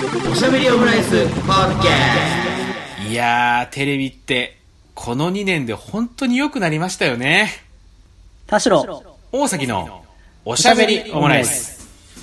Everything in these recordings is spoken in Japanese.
おしゃべりオムライスポッドキャスト。 いやー、テレビってこの2年で本当に良くなりましたよね。 田代大崎のおしゃべりオムライス。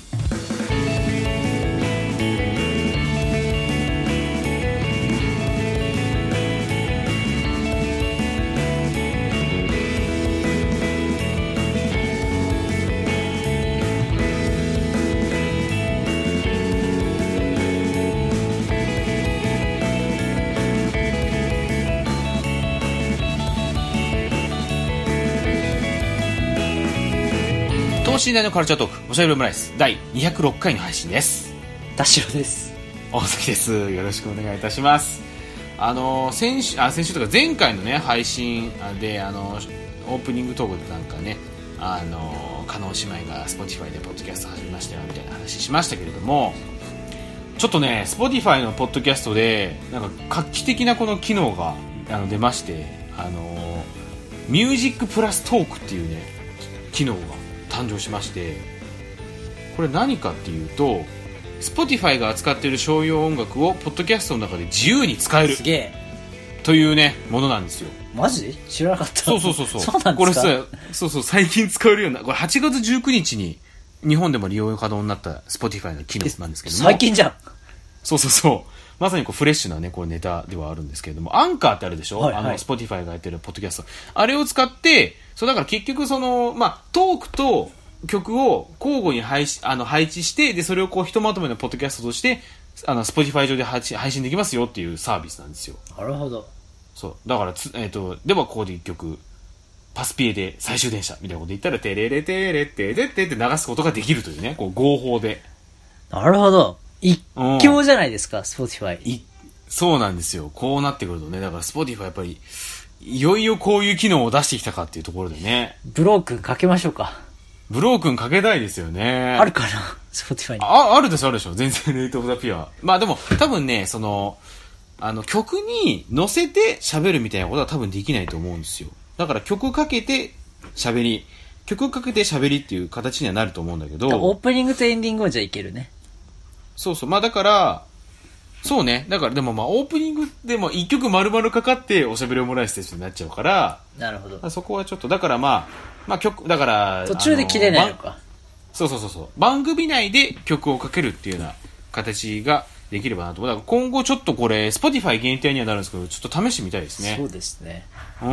等身大のカルチャートークおしゃべりオムライス第206回の配信です。 田代です。 大崎です。よろしくお願いいたします。先週とか前回のね配信でオープニングトークでなんかね加納姉妹が Spotify でポッドキャスト始めましたよみたいな話しましたけれども、ちょっとね Spotify のポッドキャストでなんか画期的なこの機能が出まして、ミュージックプラストークっていうね機能が誕生しまして、これ何かっていうと Spotify が扱っている商用音楽をポッドキャストの中で自由に使えるすげえというねものなんですよ。 マジ知らなかった。 そうそうなんですか。 これさそう最近使えるような、これ8月19日に日本でも利用可能になった Spotify の機能なんですけども、 最近じゃん。 そうまさにこうフレッシュなねこうネタではあるんですけれども、アンカーってあるでしょ、 はいはい、 Spotify がやってるポッドキャスト、あれを使ってそうだから結局そのトークと曲を交互に配置して、でそれをこうひとまとめのポッドキャストとしてSpotify 上で配信できますよっていうサービスなんですよ。 なるほど。 そうだからではここで一曲パスピエで最終電車みたいなこと言ったらテレレテレテレテって流すことができるというね、こう合法で。 なるほど。一強じゃないですか、Spotify。 そうなんですよ。こうなってくるとね、だから Spotify やっぱりいよいよこういう機能を出してきたかっていうところでね。 ブロー君かけましょうか。 ブロー君かけたいですよね。 あるかな Spotify に。 あるでしょ全然レイトオブザピュア。まあでも多分ね、その曲に乗せて喋るみたいなことは多分できないと思うんですよ。だから曲かけて喋りっていう形にはなると思うんだけど、 オープニングとエンディングはじゃあいけるね。 そうまあだからそうね、だからでもオープニングでも一曲丸々かかっておしゃべりオムライスになっちゃうから、 なるほど。 そこはちょっとだから曲だから途中で切れないのか。 そう番組内で曲をかけるっていうような形ができればなと。だから今後ちょっとこれ Spotify 限定にはなるんですけど、ちょっと試してみたいですね。 そうですね。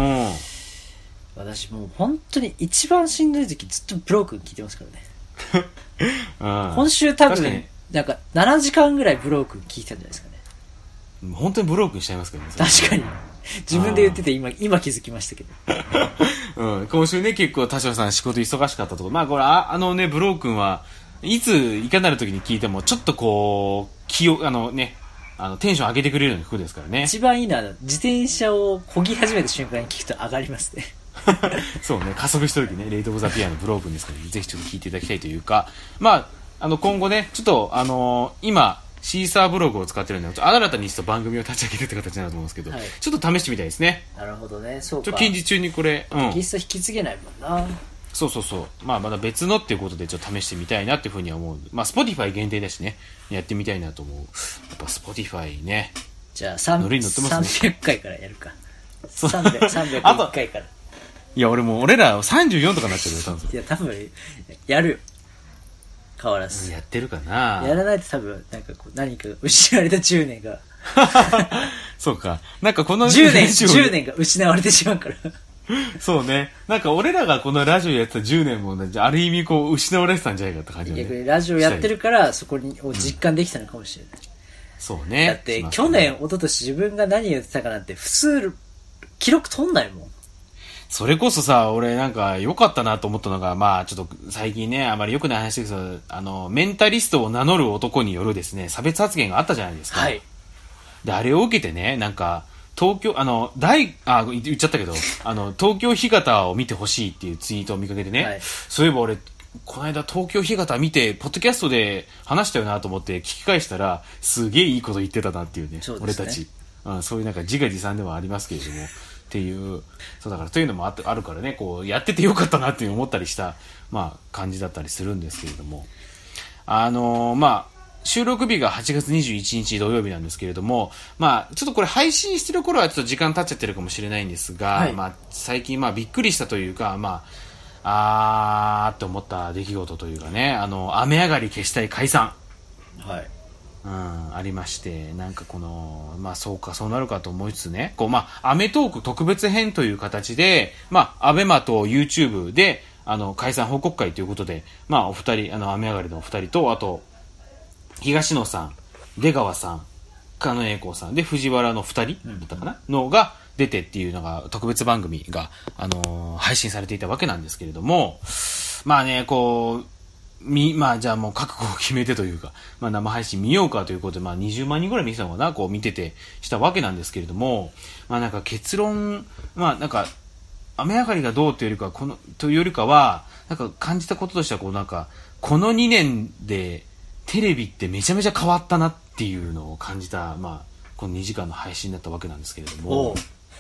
私もう本当に一番しんどい時ずっとブロー君聞いてますからね。今週多分なんか7時間ぐらいブロー君聞いたんじゃないですかね。 本当にブロー君しちゃいますけどね。 確かに自分で言ってて今気づきましたけど、今週ね結構田代さん仕事忙しかったところ、これねブロー君はいついかなる時に聞いてもちょっとこうテンション上げてくれるような曲ですからね。 一番いいのは自転車を漕ぎ始めた瞬間に聞くと上がりますね。 そうね、加速した時ねレイトオブザピアのブロー君ですから、ぜひちょっと聞いていただきたいというか、今後ねちょっと今シーサーブログを使ってるんで、新たに番組を立ち上げるって形になると思うんですけど、ちょっと試してみたいですね。 なるほどね。そうか。 近日中にこれギスト引き継げないもんな。 そうまだ別のっていうことでちょっと試してみたいなっていうふうには思う。Spotify 限定だしね、やってみたいなと思う。やっぱ Spotify ね。 じゃあ 300 回からやるか。301回から。 いや俺ら34とかなっちゃうよ多分。 いや多分やるよ。変わらず。 やってるかな。 やらないと多分何か失われた10年が。 そうか。なんかこの 10年が失われてしまうから。 そうね。なんか俺らがこのラジオやってた10年もある意味こう失われてたんじゃないかって感じ、ね、 逆にラジオやってるからそこを実感できたのかもしれない。 そうね。 だって去年一昨年自分が何言ってたかなんて普通記録取んないもん。 それこそさ、俺なんか良かったなと思ったのが、ちょっと最近ね、あまり良くない話ですけど、メンタリストを名乗る男によるですね、差別発言があったじゃないですか。 はい。 で、あれを受けてね、なんか、東京、言っちゃったけど、東京干潟を見てほしいっていうツイートを見かけてね、はい、そういえば俺、この間東京干潟見て、ポッドキャストで話したよなと思って聞き返したら、すげえいいこと言ってたなっていうね、俺たち。そういうなんか自画自賛ではありますけれども、っていうそうだからというのもあるからね、こうやっててよかったなって思ったりした感じだったりするんですけれども、 収録日が8月21日土曜日なんですけれども、まあ、ちょっとこれ配信してる頃はちょっと時間経っちゃってるかもしれないんですが、 はい、 まあ、最近まあびっくりしたというか、まあ、って思った出来事というかね、雨上がり消したい解散。 はい。 ありまして、なんかこの、まあそうか、そうなるかと思いつつね、こう、まあ、アメトーク特別編という形で、まあ、アベマと YouTube で、解散報告会ということで、まあ、お二人、雨上がりのお二人と、あと、東野さん、出川さん、狩野英孝さんで、藤原の二人だったかな、のが出てっていうのが、特別番組が、配信されていたわけなんですけれども、まあね、こう、まあじゃあもう覚悟を決めてというか、まあ生配信見ようかということで、まあ20万人ぐらい見てたのかな、こう見ててしたわけなんですけれども、まあなんか結論、まあなんか、雨上がりがどうというよりか、というよりかは、なんか感じたこととしては、こうなんか、この2年でテレビってめちゃめちゃ変わったなっていうのを感じた、まあ、この2時間の配信だったわけなんですけれども、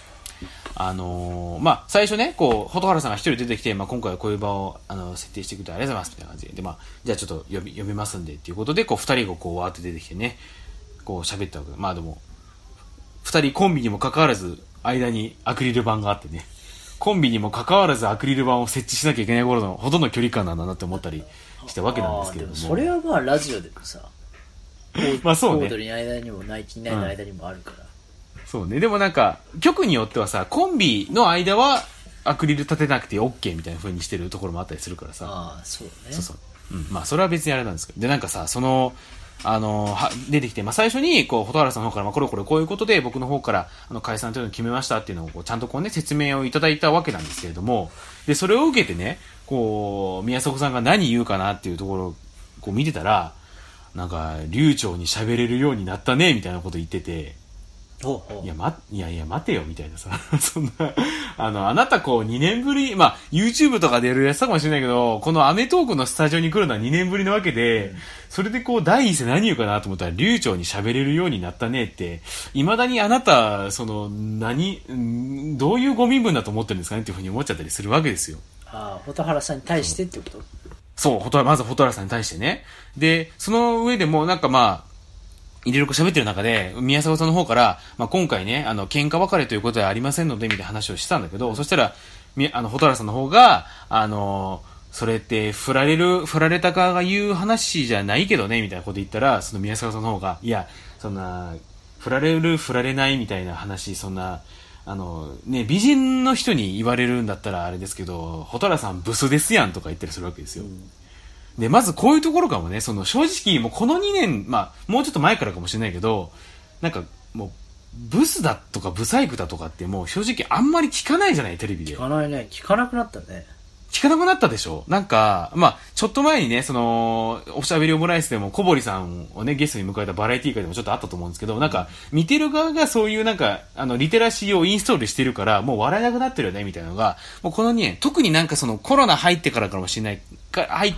まあ、最初ね、こう、蛍原さんが一人出てきて、まあ、今回はこういう場を、設定してくれてありがとうございます、みたいな感じで、で、まあ、じゃあちょっと読みますんで、っていうことで、こう、二人がこう、わーって出てきてね、こう、喋ったわけ。まあでも、二人コンビにもかかわらず、間にアクリル板があってね、コンビにもかかわらずアクリル板を設置しなきゃいけない頃のほとんど距離感なんだなって思ったりしたわけなんですけれども。 それはまあ、ラジオでもさ、 まあそうね。 コードリーの間にも、ナイキンナインの間にもあるから。 そうね。でもなんか、局によってはさ、コンビの間はアクリル立てなくて OK みたいな風にしてるところもあったりするからさ。 ああ、そうね。 そうそう。うん。まあ、それは別にあれなんですけど。で、なんかさ、出てきて、まあ、最初に、こう、蛍原さんの方から、まあ、こういうことで、僕の方から、解散というのを決めましたっていうのを、こう、ちゃんとこうね、説明をいただいたわけなんですけれども、で、それを受けてね、こう、宮迫さんが何言うかなっていうところを、こう見てたら、なんか、流暢に喋れるようになったね、みたいなこと言ってて、いや、待てよ、みたいなさ。そんな、あなたこう2年ぶり、まあ、YouTube とかでやるやつかもしれないけど、このアメトークのスタジオに来るのは2年ぶりなわけで、それでこう、第一声何言うかなと思ったら、流暢に喋れるようになったねって、未だにあなた、どういうご身分だと思ってるんですかねっていうふうに思っちゃったりするわけですよ。 ああ、蛍原さんに対してってこと？ そう、まず蛍原さんに対してね。で、その上でもなんかまあ、いろいろ喋ってる中で、宮迫さんの方から、まあ、今回ね、喧嘩別れということではありませんので、みたいな話をしてたんだけど、そしたら、蛍原さんの方が、それって、振られた側が言う話じゃないけどね、みたいなこと言ったら、その宮迫さんの方が、いや、そんな、振られないみたいな話、そんな、ね、美人の人に言われるんだったらあれですけど、蛍原さんブスですやんとか言ったりするわけですよ。で、まずこういうところかもね、正直、もうこの2年、まあ、もうちょっと前からかもしれないけど、なんか、もう、ブスだとかブサイクだとかってもう正直あんまり聞かないじゃない、テレビで。 聞かないね。聞かなくなったね。 聞かなくなったでしょ。なんか、まあ、ちょっと前にね、おしゃべりオムライスでも小堀さんをね、ゲストに迎えたバラエティー界でもちょっとあったと思うんですけど、なんか、見てる側がそういうなんか、リテラシーをインストールしてるから、もう笑えなくなってるよね、みたいなのが、もうこの2年、特になんかコロナ入ってからかもしれない、入って、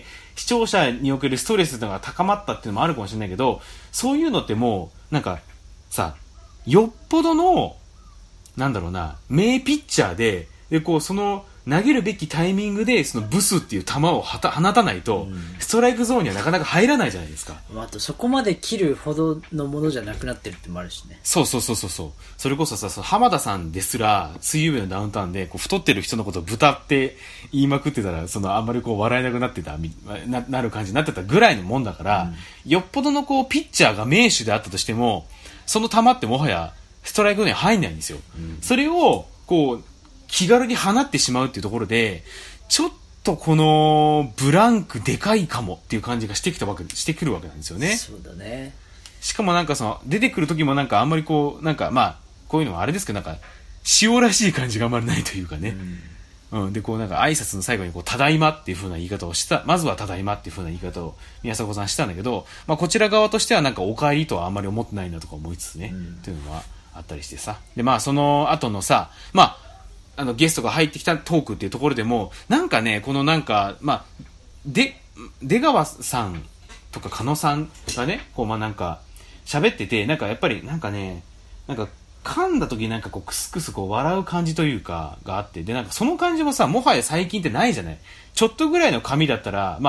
視聴者におけるストレスというのが高まったっていうのもあるかもしれないけど、そういうのってもう、なんか、さ、よっぽどの、なんだろうな、名ピッチャーで、こう、投げるべきタイミングで、ブスっていう球を放たないと、ストライクゾーンにはなかなか入らないじゃないですか。 あと、そこまで切るほどのものじゃなくなってるってもあるしね。 そう。それこそさ、浜田さんですら、水曜日のダウンタウンで、こう、太ってる人のことを豚って言いまくってたら、あんまりこう、笑えなくなってた、なる感じになってたぐらいのもんだから、よっぽどのこう、ピッチャーが名手であったとしても、その球ってもはや、ストライクゾーンに入んないんですよ。それを、こう、気軽に放ってしまうっていうところで、ちょっとこのブランクでかいかもっていう感じがしてくるわけなんですよね。 そうだね。 しかもなんか出てくる時もなんかあんまりこう、なんかまあ、こういうのはあれですけど、なんか、塩らしい感じがあんまりないというかね。で、こうなんか挨拶の最後にこう、ただいまっていう風な言い方をまずはただいまっていう風な言い方を宮迫さんしたんだけど、まあこちら側としてはなんかお帰りとはあんまり思ってないなとか思いつつね、っていうのはあったりしてさ。で、まあその後のさ、まあ、ゲストが入ってきたトークっていうところでも、なんかね、このなんか、まあ、出川さんとか狩野さんがね、こうまあなんか、喋ってて、なんかやっぱりなんかね、なんか噛んだ時になんかこうクスクスこう笑う感じというか、があって、でなんかその感じもさ、もはや最近ってないじゃない。ちょっとぐらいの髪だったら、まあ、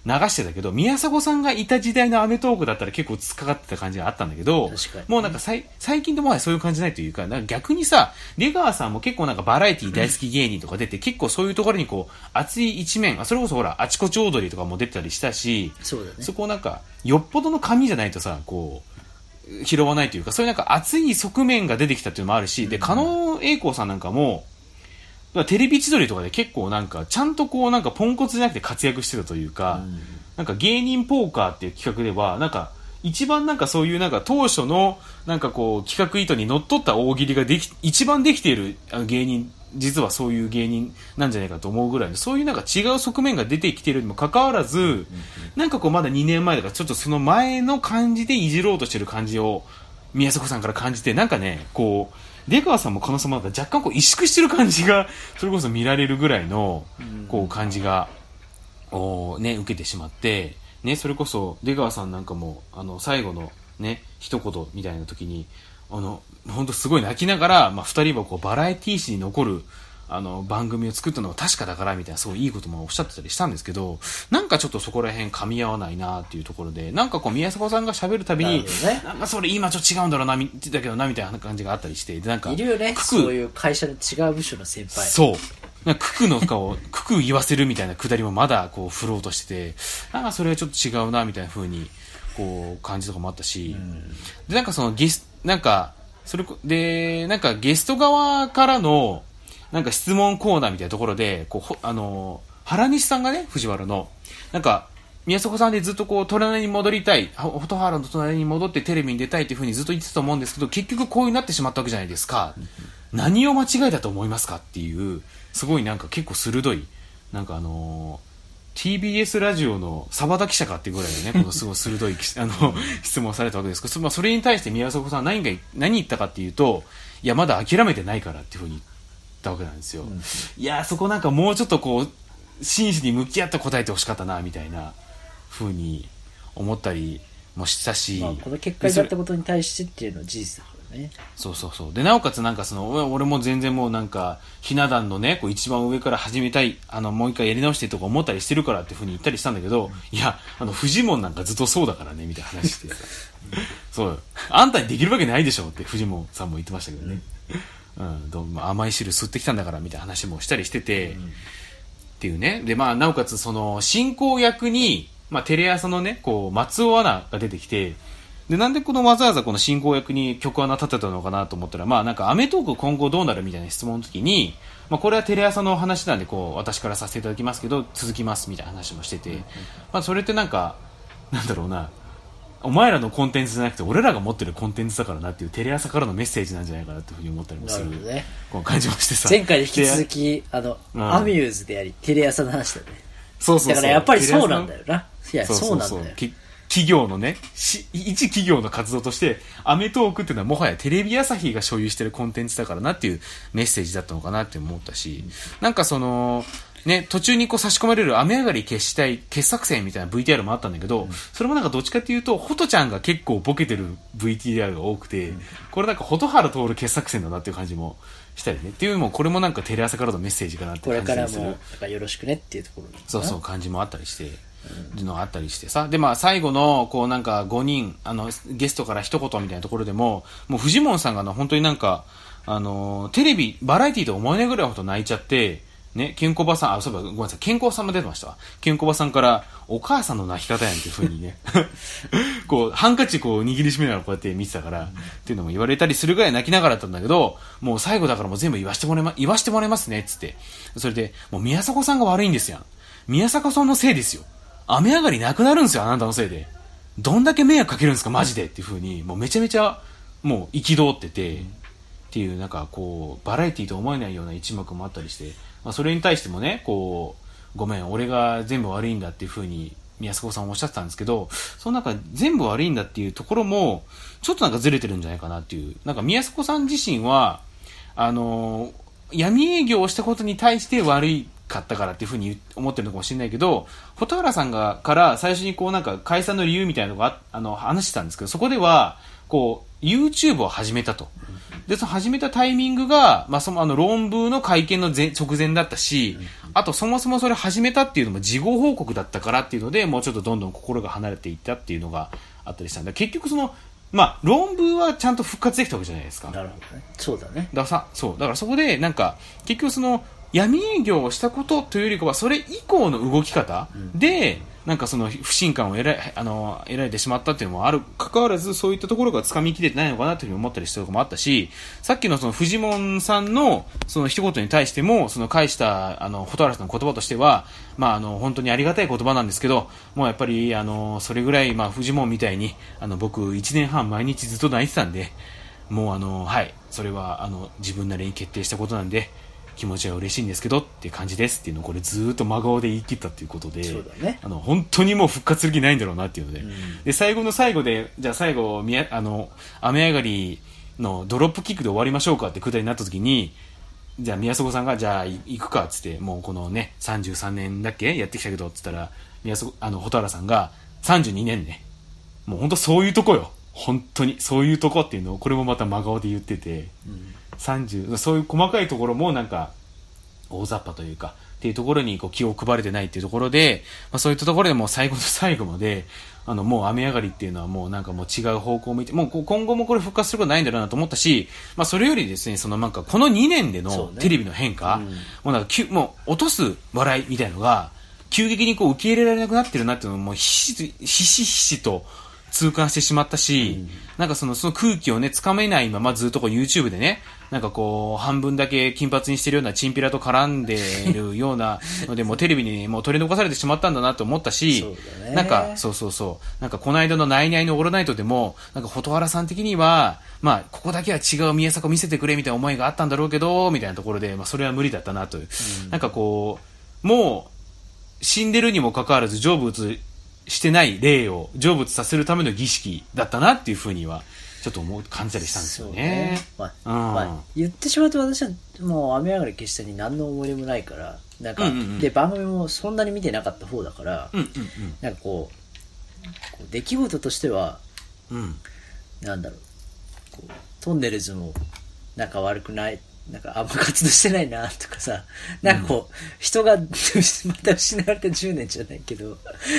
流してたけど、宮迫さんがいた時代のアメトーークだったら結構突っかかってた感じがあったんだけど、もうなんか最近ともはそういう感じないというか、なんか逆にさ、出川さんも結構なんかバラエティ大好き芸人とか出て、結構そういうところにこう、熱い一面、それこそほら、あちこちオードリーとかも出てたりしたし、 そうだね。 そこをなんか、よっぽどの紙じゃないとさ、こう、拾わないというか、そういうなんか熱い側面が出てきたっていうのもあるし、で、狩野英孝さんなんかも、テレビ千鳥とかで結構なんか、ちゃんとこうなんかポンコツじゃなくて活躍してたというか、なんか芸人ポーカーっていう企画では、なんか、一番なんかそういうなんか当初のなんかこう企画意図にのっとった大喜利が一番できている芸人、実はそういう芸人なんじゃないかと思うぐらいの、そういうなんか違う側面が出てきているにもかかわらず、なんかこうまだ2年前だからちょっとその前の感じでいじろうとしてる感じを宮迫さんから感じて、なんかね、こう、出川さんも狩野さんもなんか若干こう萎縮してる感じがそれこそ見られるぐらいのこう感じがね、受けてしまって、ね、それこそ出川さんなんかも最後のね一言みたいな時に本当すごい泣きながら、まあ、2人はこうバラエティー史に残る番組を作ったのは確かだからみたいなすごいいいこともおっしゃってたりしたんですけど、なんかちょっとそこら辺噛み合わないなっていうところで、なんかこう宮迫さんが喋るたびに、なんかそれ今ちょっと違うんだろうな見てたけどなみたいな感じがあったりして、でなんかいるよね、そういう会社の違う部署の先輩。 そうなんかククの顔クク言わせるみたいなくだりもまだこう振ろうとしてて、なんかそれはちょっと違うなみたいな風にこう感じとかもあったし、でなんかそのなんかそれでなんかゲスト側からのなんか質問コーナーみたいなところでこう原西さんがね、藤原のなんか宮迫さんでずっとこう隣に戻りたい、蛍原の隣に戻ってテレビに出たいっていう風にずっと言ってたと思うんですけど、結局こういうなってしまったわけじゃないですか。何を間違えたと思いますかっていうすごいなんか結構鋭いなんかTBS ラジオの澤田記者かっていうぐらいのね、このすごい鋭い質問をされたわけですけど、まあ、それに対して宮迫さんは何言ったかっていうと、いやまだ諦めてないからっていうふうに言ったわけなんですよ、いやそこなんかもうちょっとこう真摯に向き合って答えてほしかったなみたいなふうに思ったりもしたし、 まあ、この結果になったことに対してっていうのは事実だからね。 そうそうそう。でなおかつなんか俺も全然もうなんかひな壇のねこう一番上から始めたいもう一回やり直してとか思ったりしてるからっていうふうに言ったりしたんだけど、いやフジモンなんかずっとそうだからねみたいな話してそうあんたにできるわけないでしょってフジモンさんも言ってましたけどね、どうも甘い汁吸ってきたんだからみたいな話もしたりしてて、っていうね。でまあなおかつその進行役にまあテレ朝のねこう松尾アナが出てきて、でなんでこのわざわざこの進行役に局アナ立てたのかなと思ったら、まあなんかアメトーク今後どうなるみたいな質問の時に、まあこれはテレ朝の話なんでこう私からさせていただきますけど続きますみたいな話もしてて、まあそれってなんかなんだろうな、お前らのコンテンツじゃなくて俺らが持ってるコンテンツだからなっていうテレ朝からのメッセージなんじゃないかなというふうに思ったりもする、 ね、 この感じもしてさ、 前回に引き続きアミューズでありテレ朝の話だね。 そうそうそう、 だからやっぱりそうなんだよな。いやそうなんだよ。 企業のね一企業の活動としてアメトーークっていうのはもはやテレビ朝日が所有してるコンテンツだからなっていうメッセージだったのかなって思ったし、なんかそのね、途中にこう差し込まれる雨上がり決したい傑作選みたいな VTR もあったんだけど、それもなんかどっちかっていうとホトちゃんが結構ボケてる VTR が多くて、これなんか蛍原徹傑作選だなっていう感じもしたりね、っていうのもこれもなんかテレ朝からのメッセージかなって感じがする。 これからもよろしくねっていうところそうそう感じもあったりして、のがあったりしてさ、でまあ最後のこうなんか5人ゲストから一言みたいなところでももうフジモンさんが本当になんかテレビバラエティーと思えないぐらいほど泣いちゃってね、ケンコバさん、そういえばごめんなさい、ケンコバさんも出てましたわ。ケンコバさんからお母さんの泣き方やんっていう風にねこうハンカチこう握りしめながらこうやって見てたから、っていうのも言われたりするぐらい泣きながらだったんだけど、もう最後だからもう全部言わしてもらいますねっつって、それでもう宮迫さんが悪いんですよ、宮迫さんのせいですよ、雨上がりなくなるんですよあなたのせいで、どんだけ迷惑かけるんですかマジでっていう風にもうめちゃめちゃもう憤ってて、っていうなんかこうバラエティーと思えないような一幕もあったりして、まあ、それに対してもねこうごめん俺が全部悪いんだっていう風に宮迫さんおっしゃってたんですけど、その中全部悪いんだっていうところもちょっとなんかずれてるんじゃないかなっていう、なんか宮迫さん自身は闇営業をしたことに対して悪いかったからっていう風に思ってるのかもしれないけど、蛍原さんから最初にこうなんか解散の理由みたいなのが話してたんですけど、そこではこう YouTube を始めたと。でその始めたタイミングが、まあ、その論文の会見の直前だったし、 あとそもそもそれ始めたっていうのも事後報告だったからっていうので、もうちょっとどんどん心が離れていったっていうのがあったりしたんだ。結局その、まあ、論文はちゃんと復活できたわけじゃないですか。 なるほどね。そうだね。 だからそこで、なんか、結局その、闇営業をしたことというよりかは、それ以降の動き方で、なんかその不信感を得られてしまったっていうのもある、関わらず、そういったところが掴みきれてないのかなというふうに思ったりしたところもあったし、さっきのそのフジモンさんのその一言に対しても、その返した蛍原さんの言葉としては、まあ本当にありがたい言葉なんですけど、もうやっぱりそれぐらい、まあフジモンみたいに僕1年半毎日ずっと泣いてたんで、もうはい、それは自分なりに決定したことなんで、気持ちは嬉しいんですけどっていう感じですっていうのをこれずーっと真顔で言い切ったっていうことで、 そうだね、 本当にもう復活する気ないんだろうなっていうので、で最後の最後で、じゃあ最後雨上がりのドロップキックで終わりましょうかってくだりになった時に、じゃあ宮迫さんがじゃあ行くかっつって、もうこのね33年だっけやってきたけどっつったら、蛍原さんが32年ね、もう本当そういうとこよ、本当にそういうとこっていうのをこれもまた真顔で言ってて、そういう細かいところもなんか大雑把というかっていうところにこう気を配れてないっていうところで、まあ、そういったところでもう最後の最後までもう雨上がりっていうのはもうなんかもう違う方向を向いて、もう今後もこれ復活することないんだろうなと思ったし、まあ、それよりですね、そのなんかこの2年でのテレビの変化、もうなんかもう落とす笑いみたいなのが急激にこう受け入れられなくなってるなっていうのをもうひしひしと痛感してしまったし、なんかその空気をね、つかめないままずっとこう YouTube でね、なんかこう、半分だけ金髪にしてるようなチンピラと絡んでるようなので、もうテレビにもう取り残されてしまったんだなと思ったし、なんか、なんかこの間のナイナイのオールナイトでも、なんか蛍原さん的には、まあ、ここだけは違う宮迫見せてくれみたいな思いがあったんだろうけど、みたいなところで、まあ、それは無理だったなという。なんかこう、もう、死んでるにもかかわらず成仏してない霊を成仏させるための儀式だったなっていうふうにはちょっと感じたりしたんですよね。 まあ、言ってしまうと私はもう雨上がり決したに何の思い出もないから、なんか、で番組もそんなに見てなかった方だから、なんかこう出来事としては、なんだろう、こうトンネルズも仲悪くない、なんかあんま活動してないなとかさ、なんかこう、人がまた失われた10年じゃないけど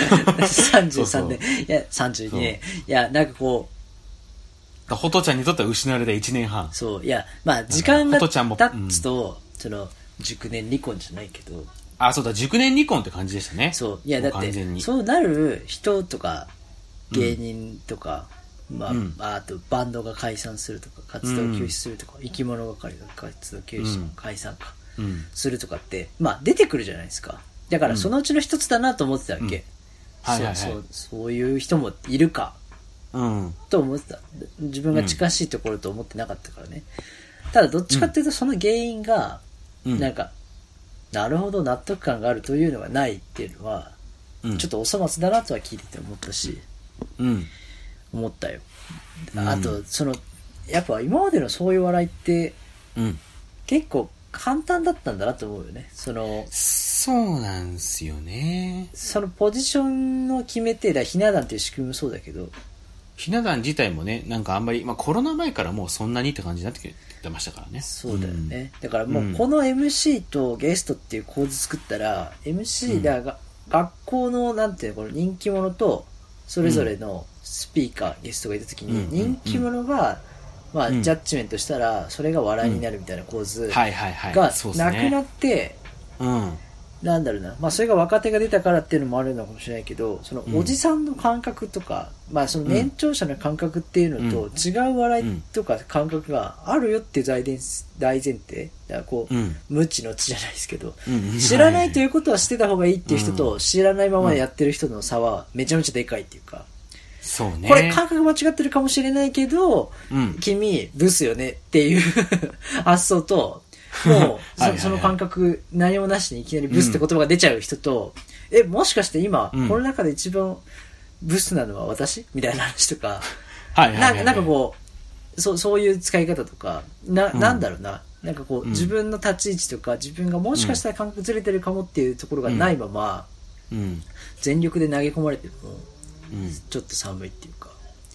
33年いや32年、いやなんかこう、 ホトちゃんにとっては失われた1年半。 そう、いやまあ時間が経つと、その熟年離婚じゃないけど、 あ、そうだ、熟年離婚って感じでしたね。 そう、いやだってそうなる人とか芸人とか、まあ、あとバンドが解散するとか活動休止するとか、生き物係が活動休止、解散か、するとかってまあ出てくるじゃないですか。だからそのうちの一つだなと思ってたわけ、そういう人もいるか、と思ってた。自分が近しいところと思ってなかったからね。ただどっちかっていうとその原因が、なんかなるほど納得感があるというのがないっていうのは、ちょっとお粗末だなとは聞いてて思ったし、思ったよ。あとやっぱ今までのそういう笑いって、結構簡単だったんだなと思うよね。 そうなんすよね。 そのポジションの決めて、ひな壇っていう仕組みもそうだけど、 ひな壇自体もね、なんかあんまり、まあコロナ前からもうそんなにって感じになってきてましたからね。 そうだよね。だからもうこの MC とゲストっていう構図作ったら、MC が、学校のなんていうの、この人気者とそれぞれのスピーカー、ゲストがいた時に、人気者が、まあジャッジメントしたらそれが笑いになるみたいな構図がなくなって、なんだろうな、まあそれが若手が出たからっていうのもあるのかもしれないけど、そのおじさんの感覚とか、まあその年長者の感覚っていうのと違う笑いとか感覚があるよっていう大前提、だからこう、無知の知じゃないですけど、知らないということは知ってた方がいいっていう人と、知らないままやってる人の差はめちゃめちゃでかいっていうか、 そうね、 これ感覚間違ってるかもしれないけど、君ブスよねっていう発想と、もうその感覚何もなしにいきなりブスって言葉が出ちゃう人と、もしかして今、この中で一番ブスなのは私みたいな話とか、なんかこうそういう使い方とか、なんだろうな、なんかこう、自分の立ち位置とか自分がもしかしたら感覚ずれてるかもっていうところがないまま、全力で投げ込まれてるの、ちょっと寒いっていうか、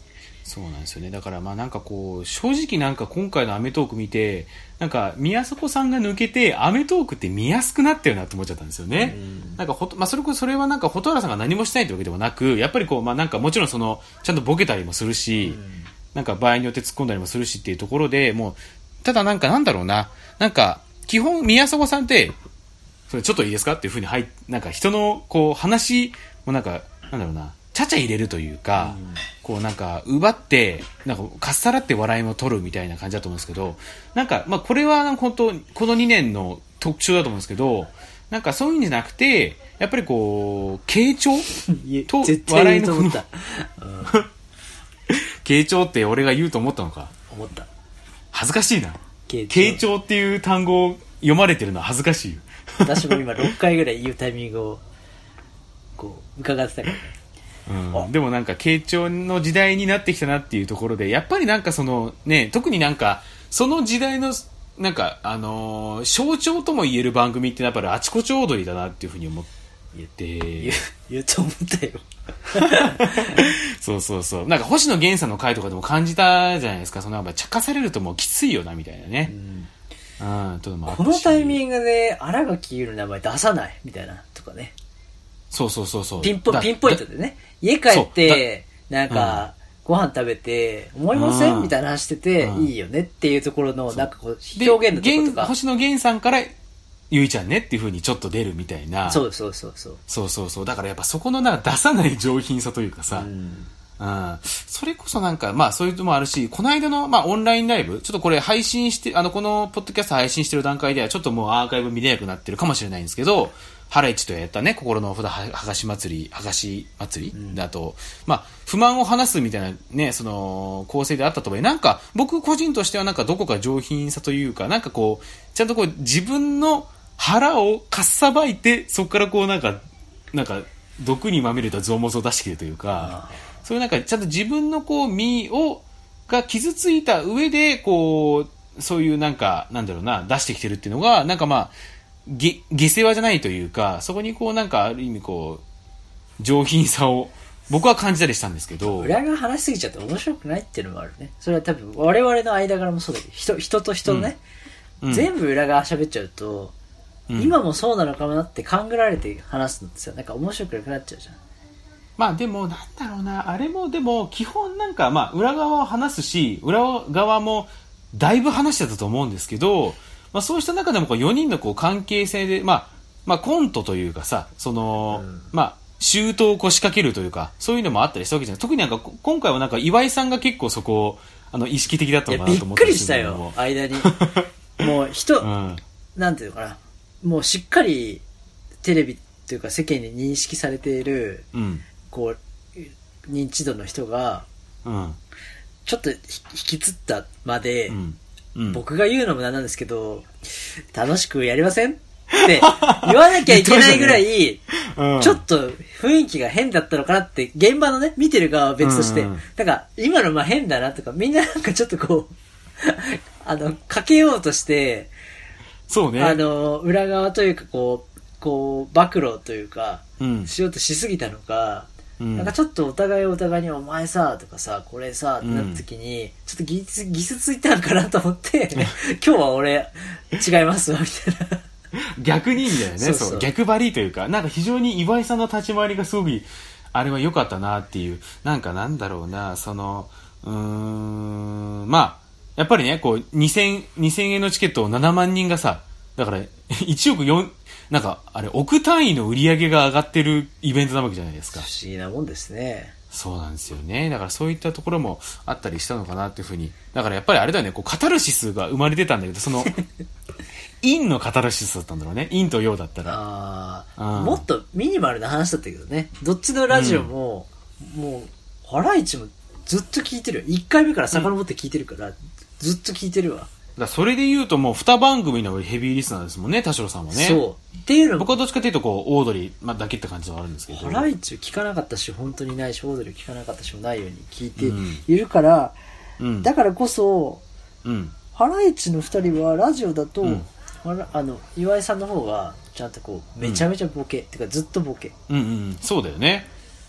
そうなんですよね。だからまあなんかこう正直なんか今回のアメトーーク見てなんか宮迫さんが抜けてアメトーークって見やすくなったよなって思っちゃったんですよね。なんかまあそれはなんか蛍原さんが何もしてないってわけでもなくやっぱりこうまあなんかもちろんそのちゃんとボケたりもするし、なんか場合によって突っ込んだりもするしっていうところでもうただなんかなんだろうななんか基本宮迫さんってそれちょっといいですかっていう風になんか人のこう話もなんかなんだろうなちゃちゃ入れるというか、こうなんか奪ってなんかかっさらって笑いも取るみたいな感じだと思うんですけど、なんかまあこれは本当この2年の特徴だと思うんですけど、なんかそういうんじゃなくてやっぱりこう傾聴と笑いのこの傾聴って俺が言うと思ったのか。 思った。 恥ずかしいな。傾聴っていう単語を読まれてるのは恥ずかしいよ。 私も今6回ぐらい言うタイミングをこう伺ってたからね。 でもなんか傾聴の時代になってきたなっていうところでやっぱりなんかそのね特になんかその時代のなんか象徴とも言える番組ってやっぱりあちこちオードリーだなっていうふうに思って言うと思ったよそうなんか星野源さんの回とかでも感じたじゃないですか。そのやっぱ茶化されるともうきついよなみたいなね、ともあったし、 このタイミングで新垣結衣の名前出さないみたいなとかね。 そうピンポイントでね家帰ってなんかご飯食べて思いませんみたいな話してていいよねっていうところのなんかこう表現のところとか星野源さんからゆいちゃんねっていう風にちょっと出るみたいな。 そうだからやっぱそこのなんか出さない上品さというかさ、それこそなんかまあそういうのもあるし、この間のまあオンラインライブちょっとこれ配信してこのポッドキャスト配信してる段階ではちょっともうアーカイブ見れなくなってるかもしれないんですけど、ハライチとやったね心のお札はがし祭りだと、まあ不満を話すみたいなねその構成であったとはいえ、なんか僕個人としてはなんかどこか上品さというかなんかこうちゃんとこう自分の腹をかっさばいてそこからこうなんか毒にまみれた臓物を出してきてるというか、そういうなんかちゃんと自分のこう身が傷ついた上でこうそういうなんかなんだろうな出してきてるっていうのがなんかまあ下世話じゃないというか、そこにこうなんかある意味こう上品さを僕は感じたりしたんですけど、 裏が話しすぎちゃって面白くないっていうのもあるね。それは多分我々の間柄もそうだけど人と人のね、全部裏側喋っちゃうと、今もそうなのかもなって考えられて話すんですよ。なんか面白くなくなっちゃうじゃん。 まあでもなんだろうな、あれもでも基本なんかまあ裏側を話すし裏側もだいぶ話してたと思うんですけど、まあ、そうした中でもこう4人のこう関係性で、まあコントというかさ、その、まあシュートを腰掛けるというかそういうのもあったりしたわけじゃない。特になんか今回はなんか岩井さんが結構そこを意識的だったのかなと思って。 びっくりしたよ間にもうなんていうのかな、もうしっかりテレビというか世間に認識されている、こう認知度の人が、ちょっと引きつったまで、僕が言うのもなんですけど楽しくやりませんって言わなきゃいけないぐらいちょっと雰囲気が変だったのかなって現場のね見てる側は別として、だから今のまあ変だなとかみんななんかちょっとこうかけようとしてそうね裏側というかこう暴露というか、しようとしすぎたのか、なんかちょっとお互いにお前さとかさこれさってなった時に、ちょっとギスついたのかなと思って今日は俺違いますわみたいな逆にみたいなね、そう逆張りというか、なんか非常に岩井さんの立ち回りがすごくあれは良かったなっていう、なんかなんだろうな、そのまあやっぱりねこう2000円のチケットを7万人がさ、だから1億4なんかあれ億単位の売り上げが上がってるイベントなわけじゃないですか。 不思議なもんですね。 そうなんですよね。だからそういったところもあったりしたのかなっていうふうに。だからやっぱりあれだよね、こうカタルシスが生まれてたんだけど、その陰のカタルシスだったんだろうね。陰と陽だったらもっとミニマルな話だったけどね。どっちのラジオも、もうハライチもずっと聞いてるよ。1回目から遡って聞いてるから、ずっと聞いてるわ。 だそれで言うともう2番組のヘビーリスナーですもんね、田代さんはね。 そうっていうの僕はどっちかというとこうオードリー、だけって感じはあるんですけど、 ハライチ聞かなかったし本当にないしオードリー聞かなかったしもないように聞いているから、だからこそ、ハライチの2人はラジオだと、岩井さんの方がちゃんとこうめちゃめちゃボケ、ってかずっとボケ、 そうだよね。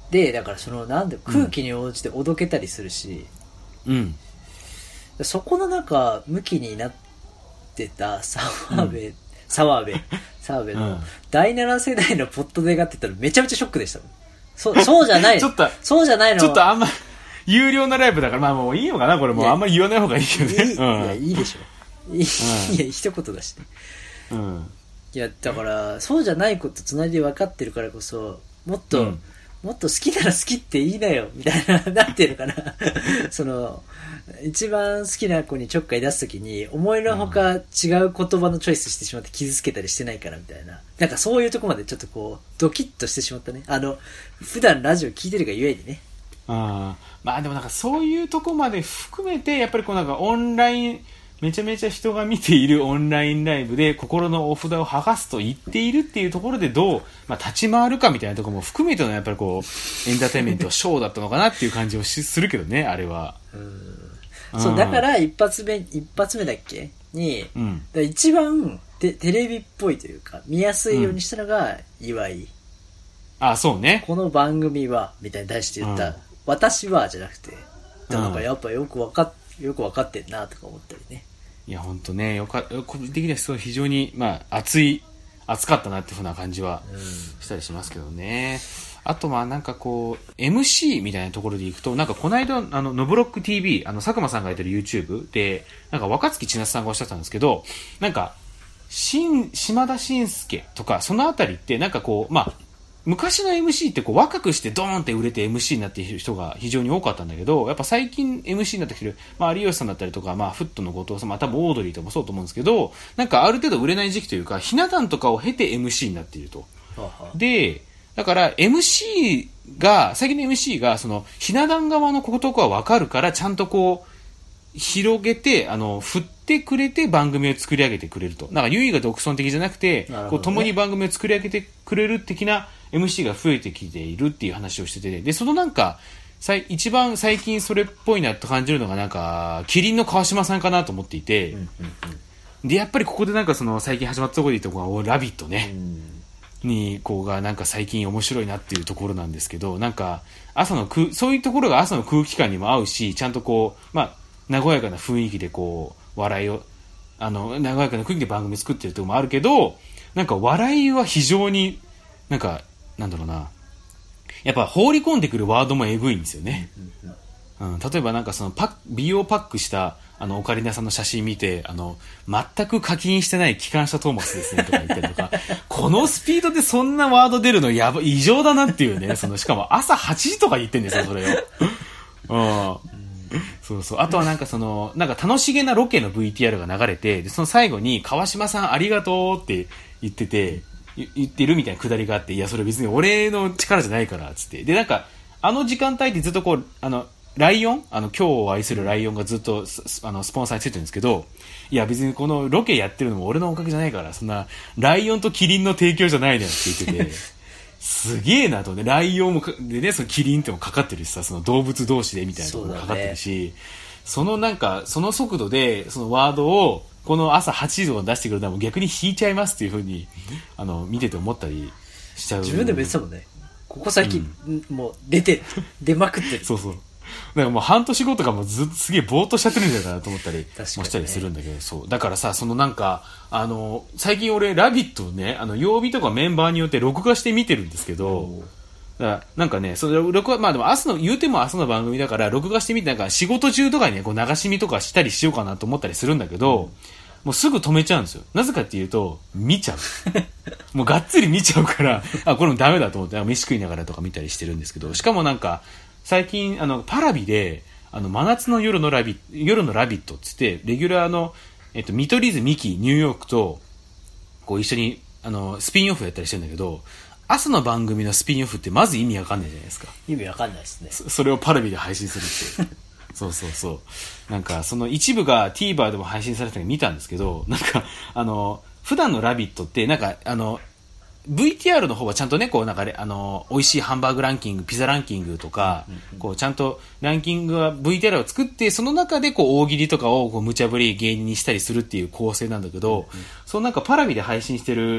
でだからそのなんで空気に応じておどけたりするし、 うん、 そこのなんか向きになってた澤部の第7世代のポットでがって言ったらめちゃめちゃショックでしたもん。そうじゃないちょっとそうじゃないのちょっとあんま有料なライブだからまあもういいのかなこれもうあんまり言わない方がいいけどね。 いやいいでしょ。いや一言だしね。 うん。 いやだからそうじゃないこと隣で分かってるからこそもっと好きなら好きって言いなよみたいななってるからその一番好きな子にちょっかい出すときに思いのほか違う言葉のチョイスしてしまって傷つけたりしてないからみたいな、なんかそういうとこまでちょっとこうドキッとしてしまったね。普段ラジオ聞いてるがゆえにね。 まあでもなんかそういうとこまで含めてやっぱりこうなんかオンラインめちゃめちゃ人が見ているオンラインライブで心のお札を剥がすと言っているっていうところでどう、立ち回るかみたいなところも含めてのやっぱりこうエンターテインメントショーだったのかなっていう感じをするけどねあれは。 そうだから一発目だっけに、一番テレビっぽいというか見やすいようにしたのが岩井。 そうね。 この番組はみたいに対して言った、私はじゃなくて、なんかやっぱよく分かってんなとか思ったりね。 いや本当ね個人的には非常に熱かったなっていうふうな感じはしたりしますけどね。あとなんかこう MC みたいなところでいくとなんかこの間ノブロック TV 佐久間さんがやってる YouTube でなんか若槻千夏さんがおっしゃったんですけどなんか島田紳介とかそのあたりってなんかこう昔の MC ってこう若くしてドーンって売れて MC になっている人が非常に多かったんだけどやっぱ最近 MC になってきてる、有吉さんだったりとか、フットの後藤さん、多分オードリーとかもそうと思うんですけどなんかある程度売れない時期というかひな壇とかを経て MC になっていると。でだから 最近の MC がそのひな壇側のことは分かるからちゃんとこう広げて振ってくれて番組を作り上げてくれると。なんか優位が独尊的じゃなくてこう共に番組を作り上げてくれる的なMC が増えてきているっていう話をしてて、でそのなんか一番最近それっぽいなと感じるのがなんかキリンの川島さんかなと思っていて、でやっぱりここでなんかその最近始まったところで言うところがラビットね、にこうがなんか最近面白いなっていうところなんですけどなんかそういうところが朝の空気感にも合うしちゃんとこう和やかな雰囲気でこう笑いを和やかな雰囲気で番組作ってるところもあるけどなんか笑いは非常になんかなんだろうなやっぱ放り込んでくるワードもエグいんですよね。例えばなんかその美容パックしたオカリナさんの写真見て全く課金してない機関車トーマスですねとか言ったりとかこのスピードでそんなワード出るの異常だなっていうねしかも朝8時とか言ってんですよそれを。そうあとはなんかなんか楽しげなロケの VTR が流れてでその最後に川島さんありがとうって言ってるみたいなくだりがあっていやそれ別に俺の力じゃないからつってでなんか時間帯ってずっとこうライオン今日を愛するライオンがずっとスポンサーについてるんですけどいや別にこのロケやってるのも俺のおかげじゃないからそんなライオンとキリンの提供じゃないねんって言っててすげえなとねライオンもでねそのキリンってもかかってるしさその動物同士でみたいなところもかかってるしなんかその速度でそのワードをこの朝8時を出してくるのは逆に引いちゃいますっていう風に見てて思ったりしちゃう。 自分でも言ってたもんねここ最近、もう出まくってるそうだからもう半年後とかもずっとすげえぼーっとしちゃってるんじゃないかなと思ったりもしたりするんだけどそうだからさなんか最近俺ラビットをね曜日とかメンバーによって録画して見てるんですけどだからなんかねそれ録画でも言うても朝の番組だから録画してみてなんか仕事中とかにねこう流し見とかしたりしようかなと思ったりするんだけど、もうすぐ止めちゃうんですよ。なぜかっていうと見ちゃうもうがっつり見ちゃうからこれもダメだと思って飯食いながらとか見たりしてるんですけどしかもなんか最近パラビで真夏の夜のラビットっつってレギュラーの見取り図ミキニューヨークとこう一緒にスピンオフやったりしてるんだけど朝の番組のスピンオフってまず意味わかんないじゃないですか。 意味わかんないですね。 それをパラビで配信するってそうなんかその一部が TVer でも配信されたのを見たんですけどなんか普段のラビットってなんかVTR の方はちゃんとねこうなんか美味しいハンバーグランキングピザランキングとか、こうちゃんとランキングは VTR を作ってその中でこう大喜利とかをこう無茶ぶり芸人にしたりするっていう構成なんだけど、そのなんかパラビで配信してる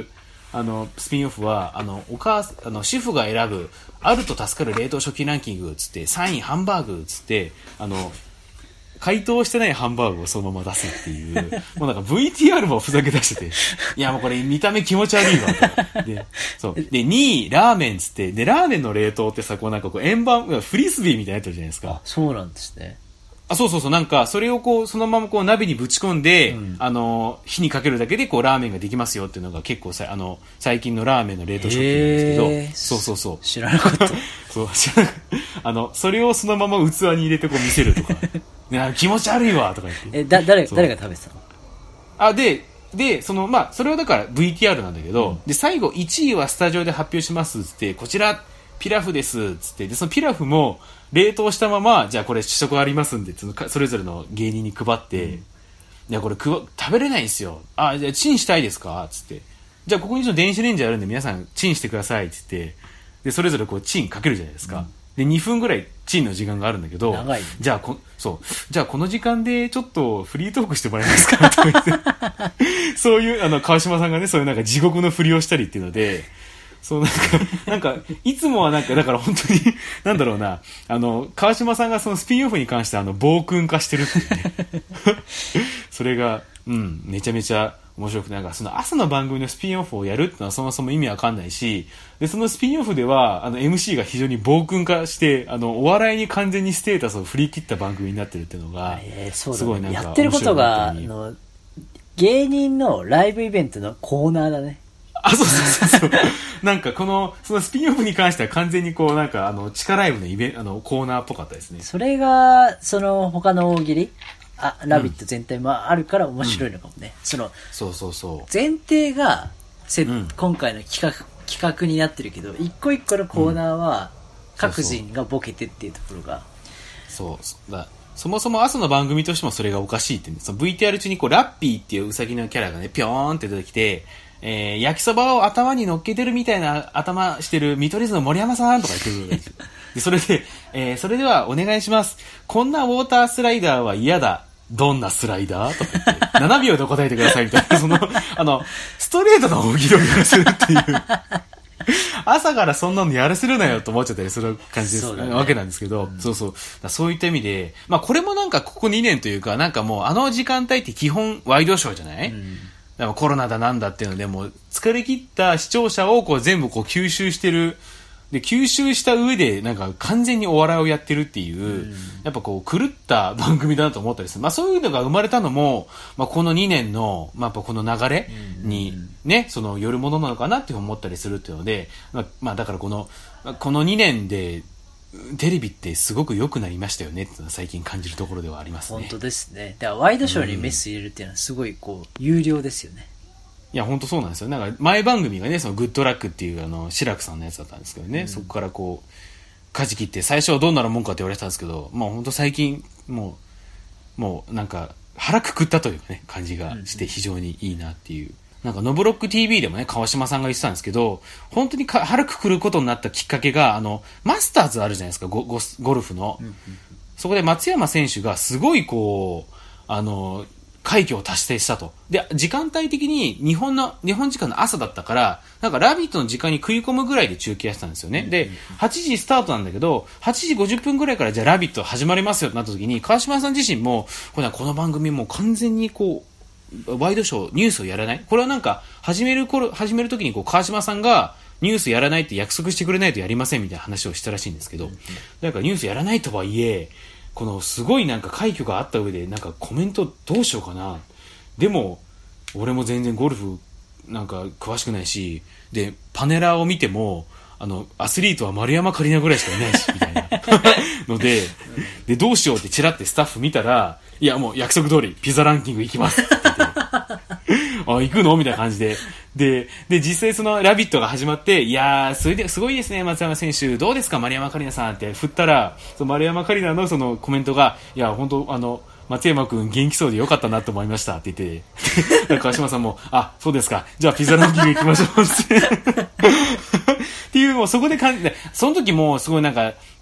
スピンオフは、主婦が選ぶ、あると助かる冷凍食品ランキングつって、3位ハンバーグつって、解凍してないハンバーグをそのまま出すっていう、もうなんか VTR もふざけ出してて、いやもうこれ見た目気持ち悪いわと。で、そう。で、2位、ラーメンつって、で、ラーメンの冷凍ってさ、こうなんかこう円盤、フリスビーみたいなやつあるじゃないですか。 そうなんですね。 そうそう、なんか、それをこう、そのままこう鍋にぶち込んで、火にかけるだけでこう、ラーメンができますよっていうのが結構最近のラーメンの冷凍食品なんですけど、そう。 知らなかった。 そう、それをそのまま器に入れてこう見せるとか。気持ち悪いわとか言って。 誰が食べてたの？ で、それはだから VTR なんだけど、で、最後1位はスタジオで発表しますっつって、こちら、ピラフですっつって、で、そのピラフも冷凍したまま、じゃあこれ試食ありますんで、それぞれの芸人に配って、いや、これ食べれないんですよ。じゃあチンしたいですかつって。じゃあここに電子レンジあるんで皆さんチンしてくださいっつって、で、それぞれこうチンかけるじゃないですか。で、2分ぐらいチンの時間があるんだけど、 長い。 じゃあこの時間でちょっとフリートークしてもらえますかと言って、そういう、川島さんがね、そういうなんか地獄のふりをしたりっていうので、そうなんか、いつもはなんか、だから本当に、なんだろうな、川島さんがそのスピンオフに関して暴君化してるっていうね。それが、めちゃめちゃ面白くて、なんかその朝の番組のスピンオフをやるっていうのはそもそも意味わかんないし、で、そのスピンオフでは、MC が非常に暴君化して、お笑いに完全にステータスを振り切った番組になってるっていうのが、すごいなんかやってることが、芸人のライブイベントのコーナーだね。 そう。なんかそのスピンオフに関しては完全にこうなんか地下ライブのコーナーっぽかったですね。 それが他の大喜利ラビット全体もあるから面白いのかもね。そう。前提が今回の企画になってるけど、一個一個のコーナーは各人がボケてっていうところが。 そもそも朝の番組としてもそれがおかしいって、その VTR 中にこうラッピーっていうウサギのキャラがね、ピョーンって出てきて、焼きそばを頭に乗っけてるみたいな頭してる見取り図の森山さんとか言ってるんですよ。で、それで、それではお願いします。こんなウォータースライダーは嫌だ。どんなスライダーとか言って、7秒で答えてくださいみたいな、ストレートな大喜利をやらせるっていう。朝からそんなのやらせるなよと思っちゃったりする感じです、わけなんですけど、そういった意味で、これもなんかここ2年というか、なんかもう時間帯って基本ワイドショーじゃない？でもコロナだなんだっていうのでもう疲れ切った視聴者をこう全部こう吸収してる。で、吸収した上でなんか完全にお笑いをやってるっていう、やっぱこう狂った番組だなと思ったりする。そういうのが生まれたのも、この2年の、やっぱこの流れにね、よるものなのかなって思ったりするっていうので、だからこの2年で、テレビってすごく良くなりましたよねっていうのは最近感じるところではありますね。 本当ですね。だからワイドショーにメス入れるっていうのはすごいこう有料ですよね。 いや本当そうなんですよ。なんか前番組がね、そのグッドラックっていう志らくさんのやつだったんですけどね、そこからこう舵切って最初はどんなもんかって言われてたんですけど、本当最近もうなんか腹くくったというかね感じがして非常にいいなっていう。なんかノブロック TV でもね川島さんが言ってたんですけど、本当に腹くくることになったきっかけがマスターズあるじゃないですか、ゴルフの、そこで松山選手がすごいこう快挙を達成したと。で、時間帯的に日本時間の朝だったから、なんかラビットの時間に食い込むぐらいで中継やってたんですよね。で、8時スタートなんだけど、8時50分ぐらいからじゃあラビット始まりますよってなった時に、川島さん自身も、この番組も完全にこう、ワイドショー、ニュースをやらない。これはなんか、始める時にこう、川島さんが、ニュースやらないって約束してくれないとやりませんみたいな話をしたらしいんですけど、だからニュースやらないとはいえ、このすごいなんか快挙があった上でなんかコメントどうしようかな。でも俺も全然ゴルフなんか詳しくないし、でパネラーを見てもアスリートは丸山桂里奈ぐらいしかいないしみたいなのでどうしようってチラってスタッフ見たら、いやもう約束通りピザランキング行きますって言って行くのみたいな感じで実際ラビットが始まって、いやーそれですごいですね松山選手どうですか丸山桂里奈さんって振ったら、丸山桂里奈のそのコメントが、いや本当松山くん元気そうでよかったなと思いましたって言って川島さんもそうですか、じゃあピザランキング行きましょうってっていう、もうそこでその時もすごいなんか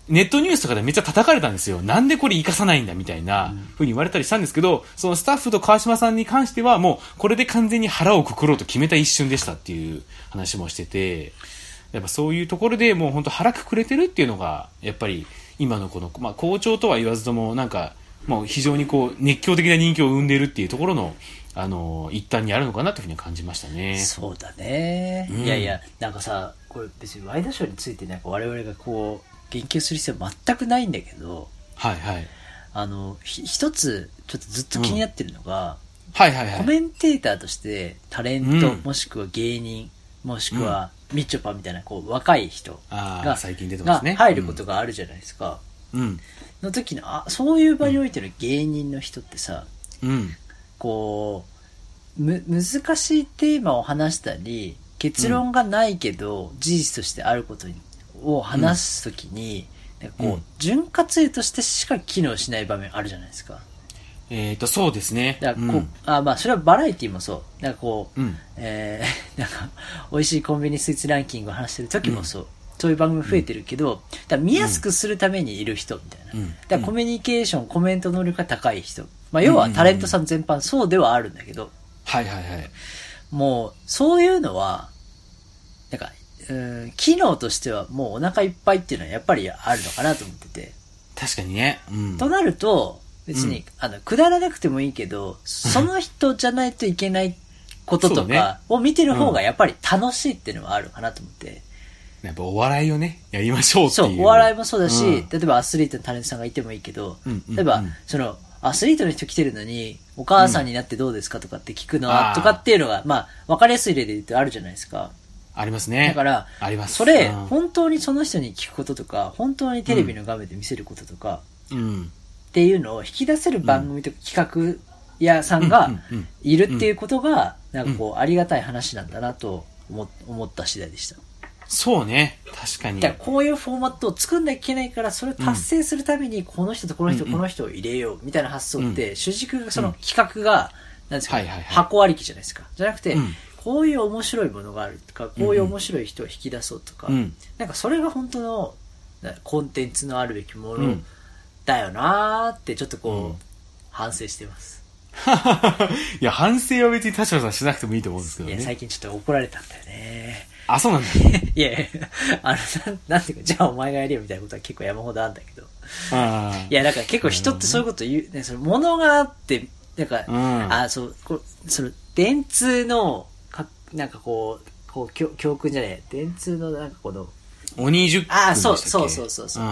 ネットニュースとかでめっちゃ叩かれたんですよ。なんでこれ活かさないんだみたいな風に言われたりしたんですけど、そのスタッフと川島さんに関してはもうこれで完全に腹をくくろうと決めた一瞬でしたっていう話もしてて、やっぱそういうところでもう本当腹くくれてるっていうのが、やっぱり今のこの、まあ好調とは言わずともなんか、もう非常にこう熱狂的な人気を生んでいるっていうところの、一端にあるのかなというふうに感じましたね。 そうだね。いやいや、なんかさ、これ別にワイドショーについてなんか我々がこう、言及する必要は全くないんだけど、 はいはい。 一つちょっとずっと気になってるのが、 はいはいはい。 コメンテーターとしてタレント、もしくは芸人、もしくはみちょぱみたいなこう若い人が最近出てますね。 入ることがあるじゃないですか。の時のそういう場においての芸人の人ってさ、こう難しいテーマを話したり、結論がないけど事実としてあることを話すときに、こう潤滑油としてしか機能しない場面あるじゃないですか。 そうですね。 だからこう、まあそれはバラエティもそう。なんかこう、なんか美味しいコンビニスイーツランキングを話してる時もそう。そういう番組増えてるけど、だから見やすくするためにいる人みたいな。だからコミュニケーション、コメント能力が高い人。まあ要はタレントさん全般そうではあるんだけど。 はいはいはい。 もう、そういうのは、なんか、機能としてはもうお腹いっぱいっていうのはやっぱりあるのかなと思ってて。 確かにね。 となると、別に、くだらなくてもいいけど、その人じゃないといけないこととかを見てる方がやっぱり楽しいっていうのはあるかなと思って。 やっぱお笑いをね、やりましょうっていう。 そう、お笑いもそうだし、例えばアスリートのタレントさんがいてもいいけど、例えば、その、アスリートの人来てるのに、お母さんになってどうですかとかって聞くのは、とかっていうのが、まあ、わかりやすい例で言うとあるじゃないですか。 ありますね。 だから、 あります。 それ、本当にその人に聞くこととか、本当にテレビの画面で見せることとか、っていうのを引き出せる番組とか企画屋さんがいるっていうことが、なんかこう、ありがたい話なんだなと思った次第でした。 そうね。確かに。 だからこういうフォーマットを作んなきゃいけないから、それを達成するために、この人とこの人、この人を入れよう、みたいな発想って、主軸がその企画が、なんですか、箱ありきじゃないですか。じゃなくて、こういう面白いものがあるとか、こういう面白い人を引き出そうとか、なんかそれが本当のコンテンツのあるべきものだよなーって、ちょっとこう、反省してます。 いや、反省は別に田代さんしなくてもいいと思うんですけどね。 いや、最近ちょっと怒られたんだよね。 あ、そうなんだ。 いやいや、なんていうか、じゃあお前がやるよみたいなことは結構山ほどあるんだけど。いや、だから結構人ってそういうこと言う、ね、その物があって、なんか、その、電通の、なんかこう、教訓じゃねえ、電通のなんかこの、 鬼10分そう、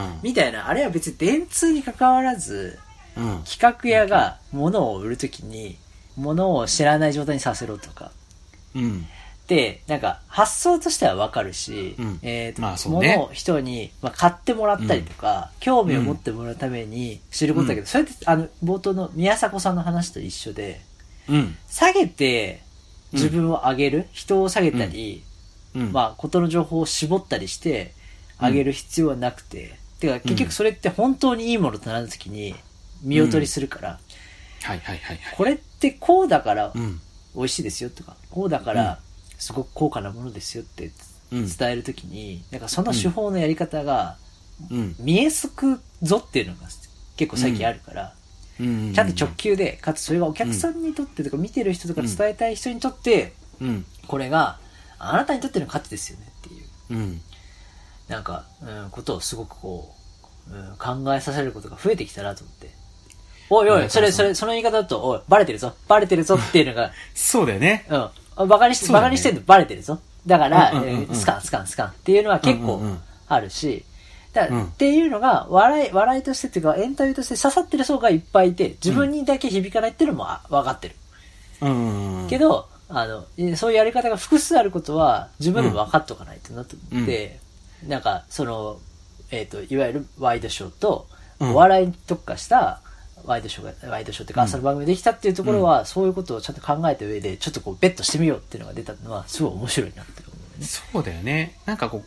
みたいな、あれは別に電通に関わらず、企画屋が物を売るときに、物を知らない状態にさせろとか。で、なんか、発想としてはわかるし、物を人に、買ってもらったりとか、興味を持ってもらうために知ることだけど、それって、冒頭の宮迫さんの話と一緒で、下げて自分を上げる、人を下げたり、ことの情報を絞ったりして上げる必要はなくて、てか結局それって本当にいいものとなるときに見劣りするから、これってこうだから美味しいですよとか、こうだからすごく高価なものですよって伝えるときに、なんかその手法のやり方が見えすくぞっていうのが結構最近あるから、ちゃんと直球で、かつそれがお客さんにとってとか見てる人とか伝えたい人にとって、これがあなたにとっての価値ですよねっていう、なんか、ことをすごくこう、考えさせることが増えてきたなと思って。おいおい、その言い方だと、おい、バレてるぞっていうのが、 そうだよね。 バカにしてんのバレてるぞ。だから、スカンっていうのは結構あるし、っていうのが笑いとしてっていうかエンタメとして刺さってる層がいっぱいいて、自分にだけ響かないっていうのも分かってる。けど、そういうやり方が複数あることは自分でも分かっとかないとなと思って、なんか、その、いわゆるワイドショーと、お笑いに特化したワイドショーっていうか朝の番組できたっていうところは、そういうことをちゃんと考えた上で、ちょっとこう、ベットしてみようっていうのが出たのは、すごい面白いなって思うね。 そうだよね。なんかこう、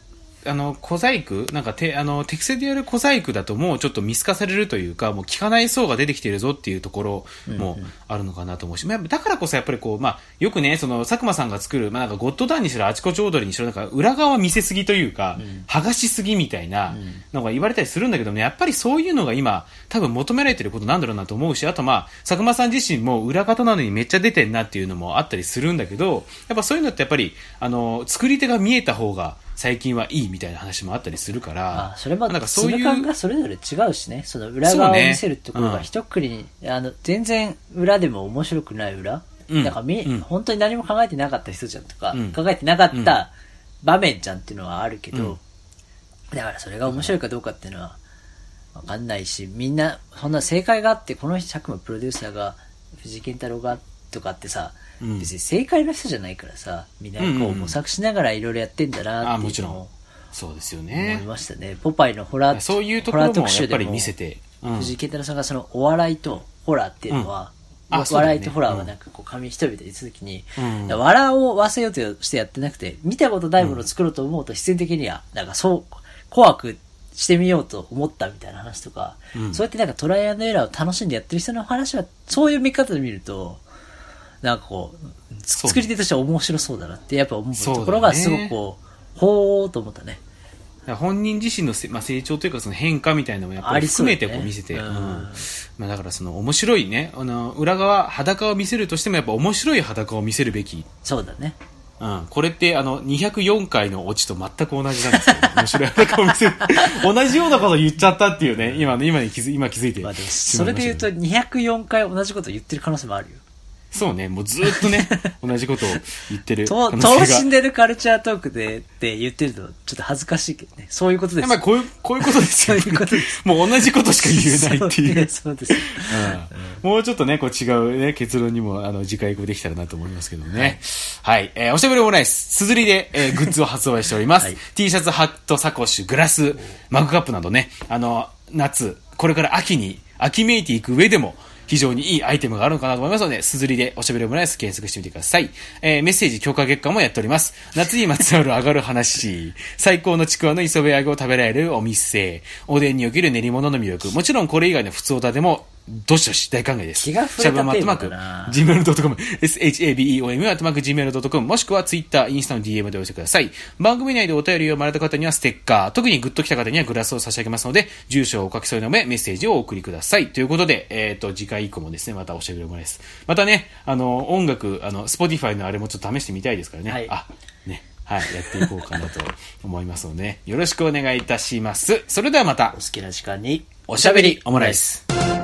小細工なんか適正でやる小細工だともうちょっと見透かされるというか、もう効かない層が出てきてるぞっていうところもあるのかなと思うし、だからこそやっぱりこう、よくね、その佐久間さんが作る、なんかゴッドタンにしろあちこち踊りにしろ、なんか裏側見せすぎというか、剥がしすぎみたいなのが言われたりするんだけどね、やっぱりそういうのが今多分求められてることなんだろうなと思うし、あと佐久間さん自身も裏方なのにめっちゃ出てんなっていうのもあったりするんだけど、やっぱそういうのってやっぱり作り手が見えた方が最近はいいみたいな話もあったりするから、 それもなんかそういう感がそれぞれ違うしね、その裏側を見せるところが一括りに、全然裏でも面白くない裏、なんか本当に何も考えてなかった人じゃんとか、考えてなかった場面じゃんっていうのはあるけど、だからそれが面白いかどうかっていうのは分かんないし、みんなそんな正解があって、この佐久間プロデューサーが藤井健太郎がとかってさ、別に正解の人じゃないからさ、みんなこう模索しながらいろいろやってんだなっていうのをそうですよね、 思いましたね。ポパイのホラーそういうところもやっぱり見せて、 藤井健太郎さんがそのお笑いとホラーっていうのは、笑いとホラーはなんかこう紙一人で言った時に、笑を忘れようとしてやってなくて、見たことないものを作ろうと思うと必然的にはなんかそう怖くしてみようと思ったみたいな話とか、そうやってなんかトライアンドエラーを楽しんでやってる人の話は、そういう見方で見るとなんかこう作り手としては面白そうだなってやっぱ思うところがすごくこうほーっと思ったね。 本人自身の成長というかその変化みたいなのもやっぱり含めてこう見せて、だからその面白いね、裏側裸を見せるとしてもやっぱ面白い裸を見せるべき。 そうだね。 これって204回のオチと全く同じなんですよ、ね、面白い裸を見せる同じようなこと言っちゃったっていうね、今気づいて、 それで言うと204回同じこと言ってる可能性もあるよ。 そうね、もうずっとね同じことを言ってる等身でるカルチャートークでって言ってるとちょっと恥ずかしいけどね。そういうことですよ。 こういうことですよ、ね、 そういうことです。 もう同じことしか言えないっていう。 そうです。 もうちょっとね、こう違うね、結論にも次回以降できたらなと思いますけどね。はい。おしゃべりオムライス、すずりで、グッズを発売しております。T シャツ、ハット、サコッシュ、グラス、マグカップなどね、夏、これから秋めいていく上でも、非常にいいアイテムがあるのかなと思いますので、すずりでおしゃべりオムライス検索してみてください。メッセージ強化月間もやっております。夏にまつわる上がる話、最高のちくわの磯辺揚げを食べられるお店、おでんにおける練り物の魅力、もちろんこれ以外の普通歌でもどしどし大歓迎です。 気が触れたテーマだな。 gmail.com、shabeom@gmail.com、もしくは Twitter、インスタの DM でお寄せください。番組内でお便りを読まれた方にはステッカー、特にグッと来た方にはグラスを差し上げますので、住所をお書き添えの上、メッセージをお送りください。ということで、次回以降もですね、またおしゃべりオムライス。またね、音楽、Spotify のあれもちょっと試してみたいですからね。はい。やっていこうかなと思いますので、よろしくお願いいたします。それではまた、 お好きな時間に、 おしゃべりオムライス。